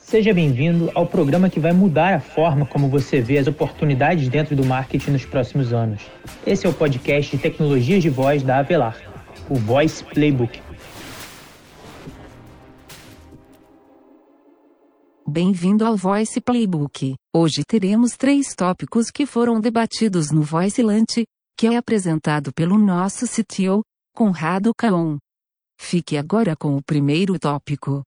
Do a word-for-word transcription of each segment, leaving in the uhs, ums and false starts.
Seja bem-vindo ao programa que vai mudar a forma como você vê as oportunidades dentro do marketing nos próximos anos. Esse é o podcast de tecnologias de voz da Avelar, o Voice Playbook. Bem-vindo ao Voice Playbook. Hoje teremos três tópicos que foram debatidos no Voice Lunch, que é apresentado pelo nosso C T O, Conrado Caon. Fique agora com o primeiro tópico.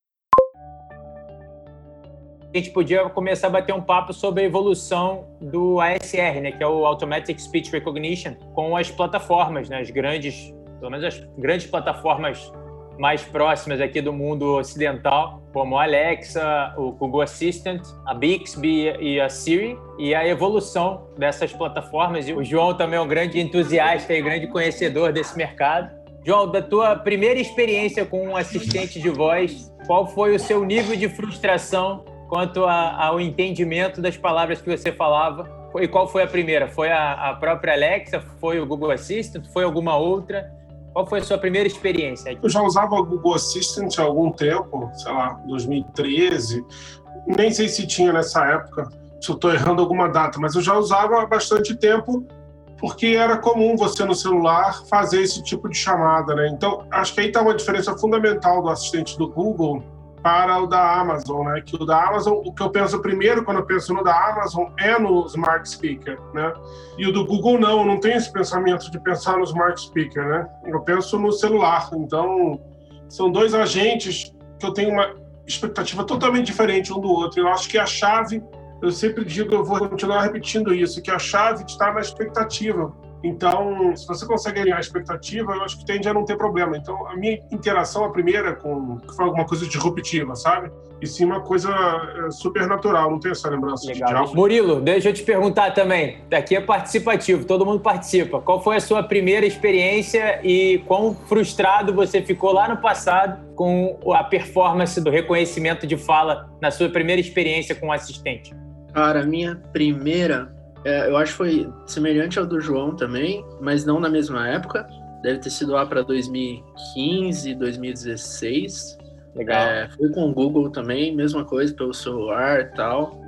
A gente podia começar a bater um papo sobre a evolução do A S R, né, que é o Automatic Speech Recognition, com as plataformas, né, as grandes, pelo menos as grandes plataformas mais próximas aqui do mundo ocidental, como a Alexa, o Google Assistant, a Bixby e a Siri, e a evolução dessas plataformas. E o João também é um grande entusiasta e grande conhecedor desse mercado. João, da tua primeira experiência com um assistente de voz, qual foi o seu nível de frustração quanto a, ao entendimento das palavras que você falava? E qual foi a primeira? Foi a, a própria Alexa? Foi o Google Assistant? Foi alguma outra? Qual foi a sua primeira experiência? Eu já usava o Google Assistant há algum tempo, sei lá, dois mil e treze. Nem sei se tinha nessa época, se eu estou errando alguma data, mas eu já usava há bastante tempo porque era comum você no celular fazer esse tipo de chamada, né? Então, acho que aí está uma diferença fundamental do assistente do Google para o da Amazon, né? Que o da Amazon, o que eu penso primeiro quando eu penso no da Amazon é no Smart Speaker, né? E o do Google não, não tem esse pensamento de pensar no Smart Speaker, né? Eu penso no celular. Então, são dois agentes que eu tenho uma expectativa totalmente diferente um do outro. Eu acho que a chave, eu sempre digo, eu vou continuar repetindo isso, que a chave está na expectativa. Então, se você consegue alinhar a expectativa, eu acho que tende a não ter problema. Então, a minha interação, a primeira, com, foi alguma coisa disruptiva, sabe? E sim uma coisa é, super natural, não tenho essa lembrança. Legal. De diálogo. Murilo, deixa eu te perguntar também. Daqui é participativo, todo mundo participa. Qual foi a sua primeira experiência e quão frustrado você ficou lá no passado com a performance do reconhecimento de fala na sua primeira experiência com o assistente? Cara, a minha primeira... É, eu acho que foi semelhante ao do João também, mas não na mesma época. Deve ter sido lá para dois mil e quinze, dois mil e dezesseis. Legal. É, fui com o Google também, mesma coisa, pelo celular e tal.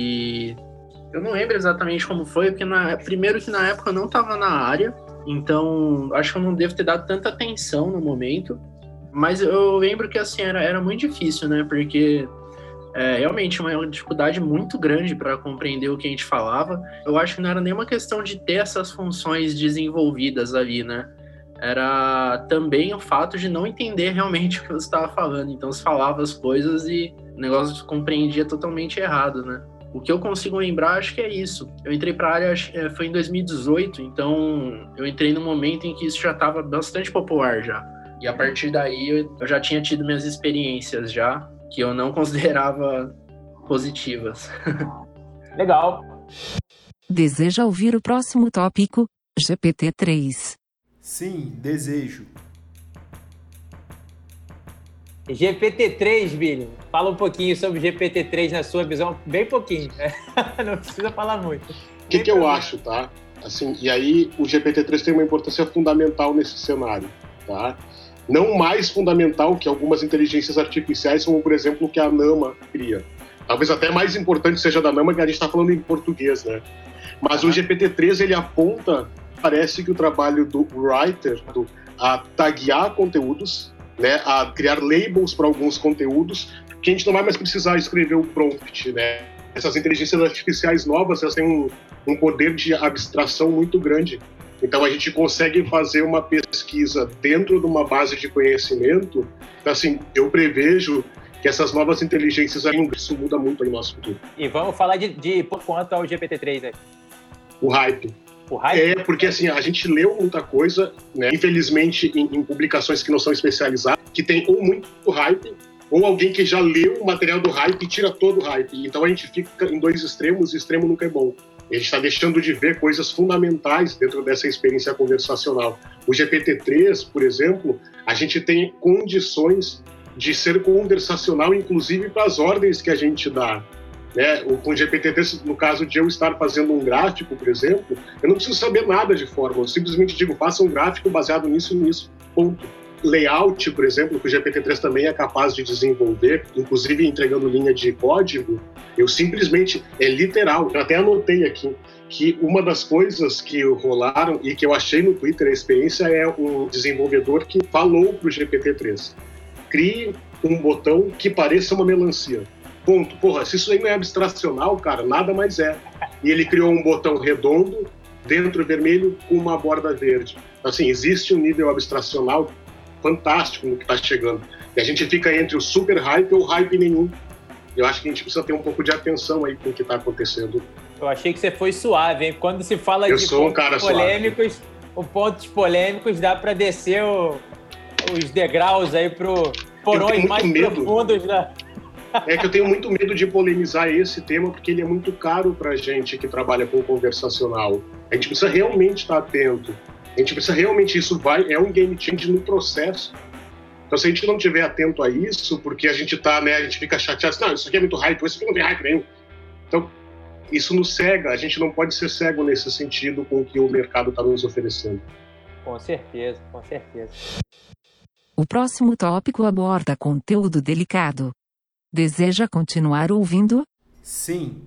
E eu não lembro exatamente como foi, porque na, primeiro que na época eu não estava na área, então acho que eu não devo ter dado tanta atenção no momento. Mas eu lembro que assim, era, era muito difícil, né? Porque... É realmente uma dificuldade muito grande para compreender o que a gente falava. Eu acho que não era nem uma questão de ter essas funções desenvolvidas ali, né? Era também o fato de não entender realmente o que você estava falando. Então, você falava as coisas e o negócio se compreendia totalmente errado, né? O que eu consigo lembrar, acho que é isso. Eu entrei para a área, foi em dois mil e dezoito, então eu entrei num momento em que isso já estava bastante popular já. E a partir daí, eu já tinha tido minhas experiências já, que eu não considerava positivas. Legal. Deseja ouvir o próximo tópico? G P T três. Sim, desejo. G P T três, Billy. Fala um pouquinho sobre G P T três na sua visão, bem pouquinho. Não precisa falar muito. O que, que eu acho, tá? Assim, e aí o G P T três tem uma importância fundamental nesse cenário, tá? Não mais fundamental que algumas inteligências artificiais, como, por exemplo, o que a Nama cria. Talvez até mais importante seja da Nama, que a gente está falando em português, né? Mas o G P T três, ele aponta, parece que o trabalho do writer, do, a taguear conteúdos, né, a criar labels para alguns conteúdos, que a gente não vai mais precisar escrever o prompt, né? Essas inteligências artificiais novas, elas têm um, um poder de abstração muito grande. Então, a gente consegue fazer uma pesquisa dentro de uma base de conhecimento. Então, assim, eu prevejo que essas novas inteligências, isso muda muito aí no nosso futuro. E vamos falar de, de por quanto ao G P T três aí. O hype. O hype? É, porque assim, a gente leu muita coisa, né? Infelizmente, em, em publicações que não são especializadas, que tem ou muito hype, ou alguém que já leu o material do hype e tira todo o hype. Então, a gente fica em dois extremos, e extremo nunca é bom. A gente está deixando de ver coisas fundamentais dentro dessa experiência conversacional. O G P T três, por exemplo, a gente tem condições de ser conversacional, inclusive para as ordens que a gente dá. Né? Com o G P T três, no caso de eu estar fazendo um gráfico, por exemplo, eu não preciso saber nada de fórmula, eu simplesmente digo, faça um gráfico baseado nisso e nisso, ponto. layout, por exemplo, que o G P T três também é capaz de desenvolver, inclusive entregando linha de código, eu simplesmente, é literal, eu até anotei aqui, que uma das coisas que rolaram e que eu achei no Twitter, a experiência, é um desenvolvedor que falou para o G P T três, crie um botão que pareça uma melancia. Ponto. Porra, se isso aí não é abstracional, cara, nada mais é. E ele criou um botão redondo, dentro vermelho, com uma borda verde. Assim, existe um nível abstracional fantástico no que está chegando. E a gente fica entre o super hype ou hype nenhum. Eu acho que a gente precisa ter um pouco de atenção aí com o que está acontecendo. Eu achei que você foi suave, hein? Quando se fala Eu de sou um pontos cara polêmicos, o pontos polêmicos dá para descer o, os degraus aí pro porões mais medo. profundos da... É que eu tenho muito medo de polemizar esse tema, porque ele é muito caro pra gente que trabalha com conversacional. A gente precisa realmente estar atento. A gente precisa realmente, isso vai, é um game change no processo. Então, se a gente não estiver atento a isso, porque a gente tá, né, a gente fica chateado, não, isso aqui é muito hype, isso aqui não tem hype nenhum. Então, isso nos cega, a gente não pode ser cego nesse sentido com o que o mercado está nos oferecendo. Com certeza, com certeza. O próximo tópico aborda conteúdo delicado. Deseja continuar ouvindo? Sim.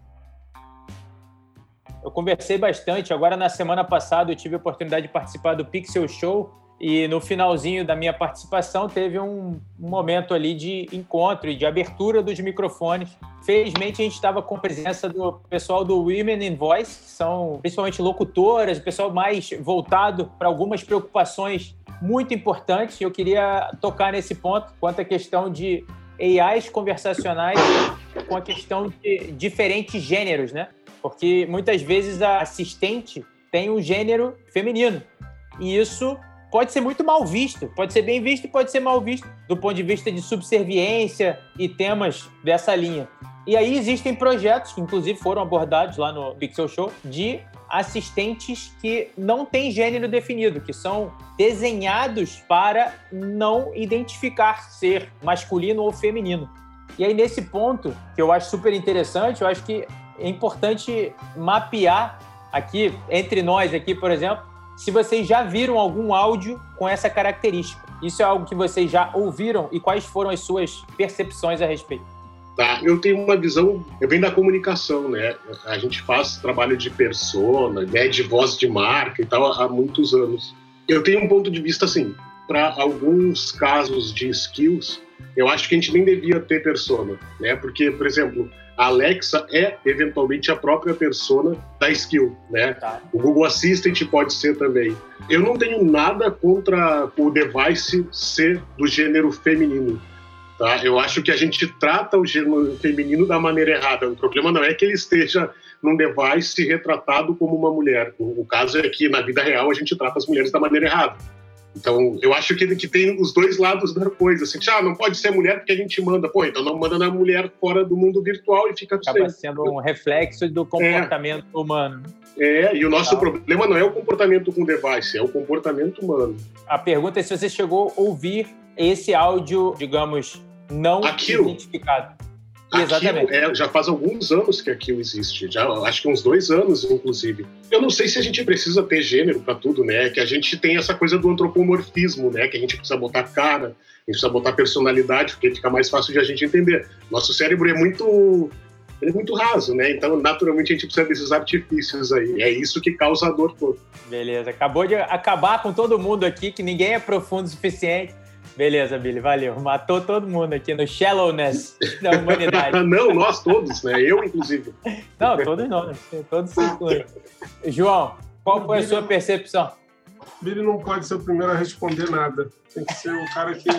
Eu conversei bastante. Agora, na semana passada, eu tive a oportunidade de participar do Pixel Show e no finalzinho da minha participação teve um, um momento ali de encontro e de abertura dos microfones. Felizmente, a gente estava com a presença do pessoal do Women in Voice, que são principalmente locutoras, o pessoal mais voltado para algumas preocupações muito importantes. Eu queria tocar nesse ponto quanto à questão de A Is conversacionais com a questão de diferentes gêneros, né? Porque muitas vezes a assistente tem um gênero feminino e isso pode ser muito mal visto, pode ser bem visto e pode ser mal visto do ponto de vista de subserviência e temas dessa linha. E aí existem projetos que inclusive foram abordados lá no Pixel Show de assistentes que não têm gênero definido, que são desenhados para não identificar ser masculino ou feminino. E aí, nesse ponto, que eu acho super interessante, eu acho que é importante mapear aqui, entre nós aqui, por exemplo, se vocês já viram algum áudio com essa característica. Isso é algo que vocês já ouviram e quais foram as suas percepções a respeito? Tá, eu tenho uma visão, eu venho da comunicação, né? A gente faz trabalho de persona, né, de voz de marca e tal há muitos anos. Eu tenho um ponto de vista assim, para alguns casos de skills, eu acho que a gente nem devia ter persona, né? Porque, por exemplo, a Alexa é eventualmente a própria persona da skill, né? Tá. O Google Assistant pode ser também. Eu não tenho nada contra o device ser do gênero feminino. Tá? Eu acho que a gente trata o gênero feminino da maneira errada. O problema não é que ele esteja num device retratado como uma mulher. O, o caso é que, na vida real, a gente trata as mulheres da maneira errada. Então, eu acho que, que tem os dois lados da coisa. Assim, ah, não pode ser mulher porque a gente manda. Pô, então não manda na mulher fora do mundo virtual e fica... Acaba sendo um reflexo do comportamento é. humano. É, e o nosso Legal. problema não é o comportamento com o device, é o comportamento humano. A pergunta é se você chegou a ouvir esse áudio, digamos, não Aquilo. identificado. Exatamente. É, já faz alguns anos que aquilo existe, já, acho que uns dois anos, inclusive. Eu não sei se a gente precisa ter gênero para tudo, né? Que a gente tem essa coisa do antropomorfismo, né? Que a gente precisa botar cara, a gente precisa botar personalidade, porque fica mais fácil de a gente entender. Nosso cérebro é muito... Ele é muito raso, né? Então, naturalmente, a gente precisa desses artifícios aí. É isso que causa a dor toda. Beleza. Acabou de acabar com todo mundo aqui, que ninguém é profundo o suficiente. Beleza, Billy. Valeu. Matou todo mundo aqui no shallowness da humanidade. Não, nós todos, né? Eu, inclusive. Não, todos nós. Todos se incluem. João, qual foi a sua percepção? Billy não pode ser o primeiro a responder nada. Tem que ser o cara que,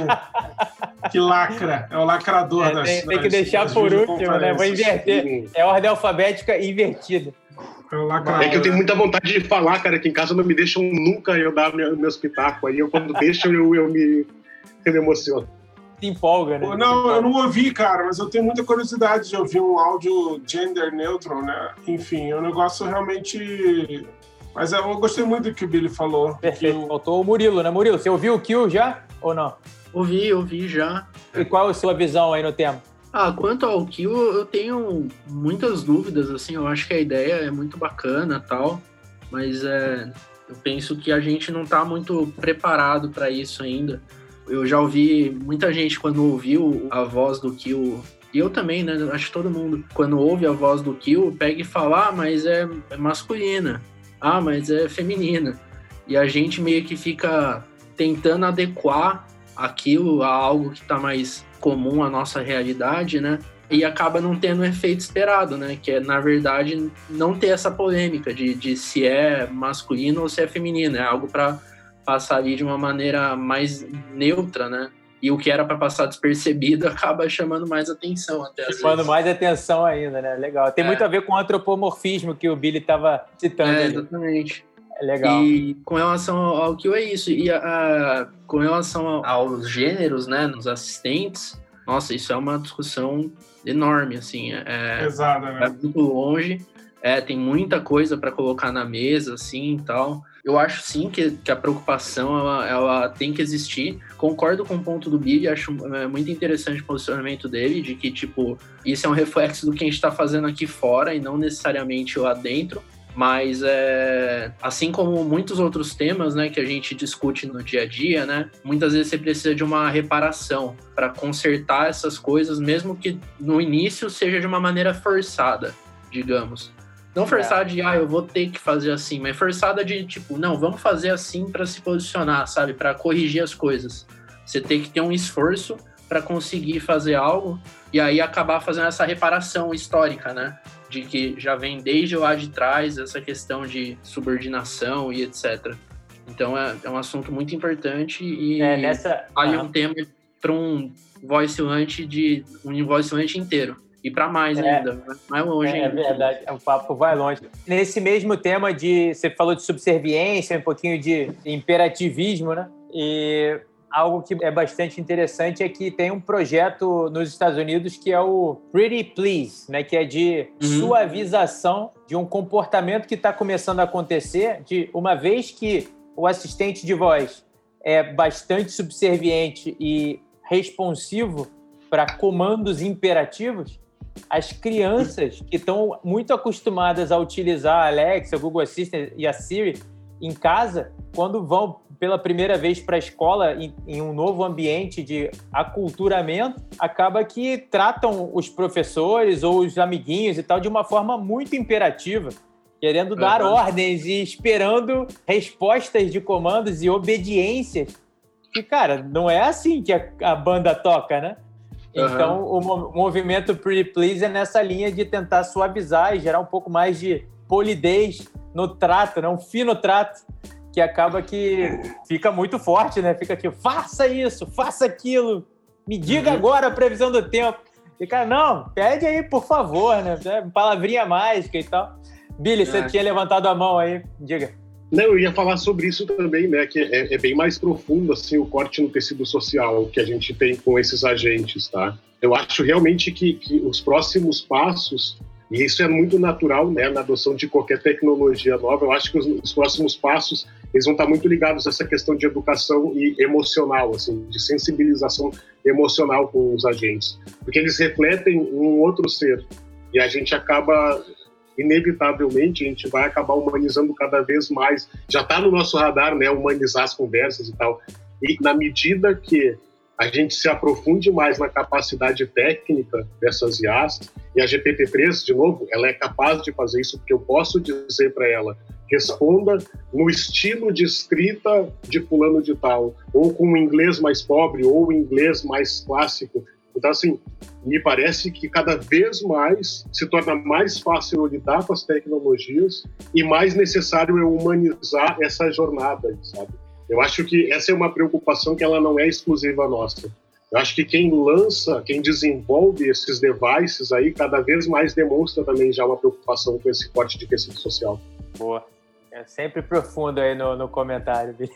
que lacra. É o lacrador é, das Tem, tem que das, deixar das por último, né? Vou inverter. É ordem alfabética invertida. É, o lacrador. É que eu tenho muita vontade de falar, cara, que em casa não me deixam nunca eu dar meus pitacos. Aí eu, quando deixam, eu, eu, me, eu me emociono. Se empolga, né? Não, eu não ouvi, cara, mas eu tenho muita curiosidade de ouvir um áudio gender neutral, né? Enfim, é um negócio realmente... Mas eu gostei muito do que o Billy falou. Perfeito. Eu... Faltou o Murilo, né? Murilo, você ouviu o Kill já ou não? Ouvi, ouvi já. E qual é a sua visão aí no tema? Ah, quanto ao Kill, eu tenho muitas dúvidas, assim, eu acho que a ideia é muito bacana e tal, mas é, Eu penso que a gente não está muito preparado para isso ainda. Eu já ouvi muita gente, quando ouviu a voz do Kill, e eu também, né? Acho que todo mundo, quando ouve a voz do Kill, pega e fala, ah, mas é, é masculina, ah, mas é feminina. E a gente meio que fica tentando adequar aquilo a algo que está mais comum à nossa realidade, né? E acaba não tendo o efeito esperado, né? Que é, na verdade, não ter essa polêmica de, de se é masculino ou se é feminino. É algo para passar ali de uma maneira mais neutra, né? E o que era para passar despercebido acaba chamando mais atenção até. Chamando mais atenção ainda, né? Legal. Tem é. muito a ver com o antropomorfismo que o Billy estava citando. É, ali. Exatamente. É legal. E com relação ao que é isso, e a, a, com relação aos gêneros, né? Nos assistentes, nossa, isso é uma discussão enorme, assim. É, Pesada, né? É muito longe. É, tem muita coisa para colocar na mesa, assim, e tal. Eu acho, sim, que, que a preocupação, ela, ela tem que existir. Concordo com o ponto do Billy, acho é, muito interessante o posicionamento dele, de que, tipo, isso é um reflexo do que a gente está fazendo aqui fora e não necessariamente lá dentro. Mas, é, assim como muitos outros temas, né, que a gente discute no dia a dia, né, muitas vezes você precisa de uma reparação para consertar essas coisas, mesmo que no início seja de uma maneira forçada, digamos. Não forçada de, ah, eu vou ter que fazer assim, mas forçada de, tipo, não, vamos fazer assim para se posicionar, sabe, para corrigir as coisas. Você tem que ter um esforço para conseguir fazer algo e aí acabar fazendo essa reparação histórica, né? De que já vem desde lá de trás essa questão de subordinação e etcétera. Então é, é um assunto muito importante e é, nessa... vale ah. um tema para um voice lunch de um voice lunch inteiro. E para mais é, ainda, mais longe é, ainda. É verdade, o papo vai longe. Nesse mesmo tema de, você falou de subserviência, um pouquinho de imperativismo, né? E algo que é bastante interessante é que tem um projeto nos Estados Unidos que é o Pretty Please, né? Que é de uhum. suavização de um comportamento que está começando a acontecer, de uma vez que o assistente de voz é bastante subserviente e responsivo para comandos imperativos, as crianças que estão muito acostumadas a utilizar a Alexa, o Google Assistant e a Siri em casa, quando vão pela primeira vez para a escola em, em um novo ambiente de aculturamento, acaba que tratam os professores ou os amiguinhos e tal de uma forma muito imperativa, querendo dar uhum. ordens e esperando respostas de comandos e obediências. E, cara, não é assim que a, a banda toca, né? Então, uhum. o movimento Pretty Please é nessa linha de tentar suavizar e gerar um pouco mais de polidez no trato, né? Um fino trato, que acaba que fica muito forte, né? Fica aqui, faça isso, faça aquilo, me diga uhum. agora a previsão do tempo. E, cara, não, pede aí, por favor, né? Palavrinha mágica e tal. Billy, é. você tinha levantado a mão aí, diga. Não, eu ia falar sobre isso também, né, que é, é bem mais profundo, assim, o corte no tecido social que a gente tem com esses agentes, tá? Eu acho realmente que, que os próximos passos, e isso é muito natural, né, na adoção de qualquer tecnologia nova, eu acho que os, os próximos passos, eles vão estar muito ligados a essa questão de educação e emocional, assim, de sensibilização emocional com os agentes, porque eles refletem um outro ser, e a gente acaba... inevitavelmente a gente vai acabar humanizando cada vez mais. Já está no nosso radar, né, humanizar as conversas e tal. E na medida que a gente se aprofunde mais na capacidade técnica dessas I As, e a G P T três, de novo, ela é capaz de fazer isso, porque eu posso dizer para ela, responda no estilo de escrita de fulano de tal, ou com o inglês mais pobre, ou o inglês mais clássico. Então, assim, me parece que cada vez mais se torna mais fácil eu lidar com as tecnologias e mais necessário eu humanizar essa jornada, sabe? Eu acho que essa é uma preocupação que ela não é exclusiva nossa. Eu acho que quem lança, quem desenvolve esses devices aí, cada vez mais demonstra também já uma preocupação com esse corte de tecido social. Boa. É sempre profundo aí no, no comentário, Billy.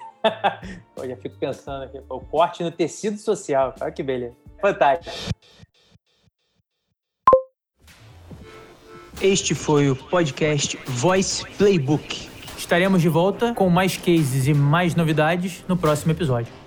Pô, já fico pensando aqui, o corte no tecido social. Olha que beleza. Fantástico. Este foi o podcast Voice Playbook. Estaremos de volta com mais cases e mais novidades no próximo episódio.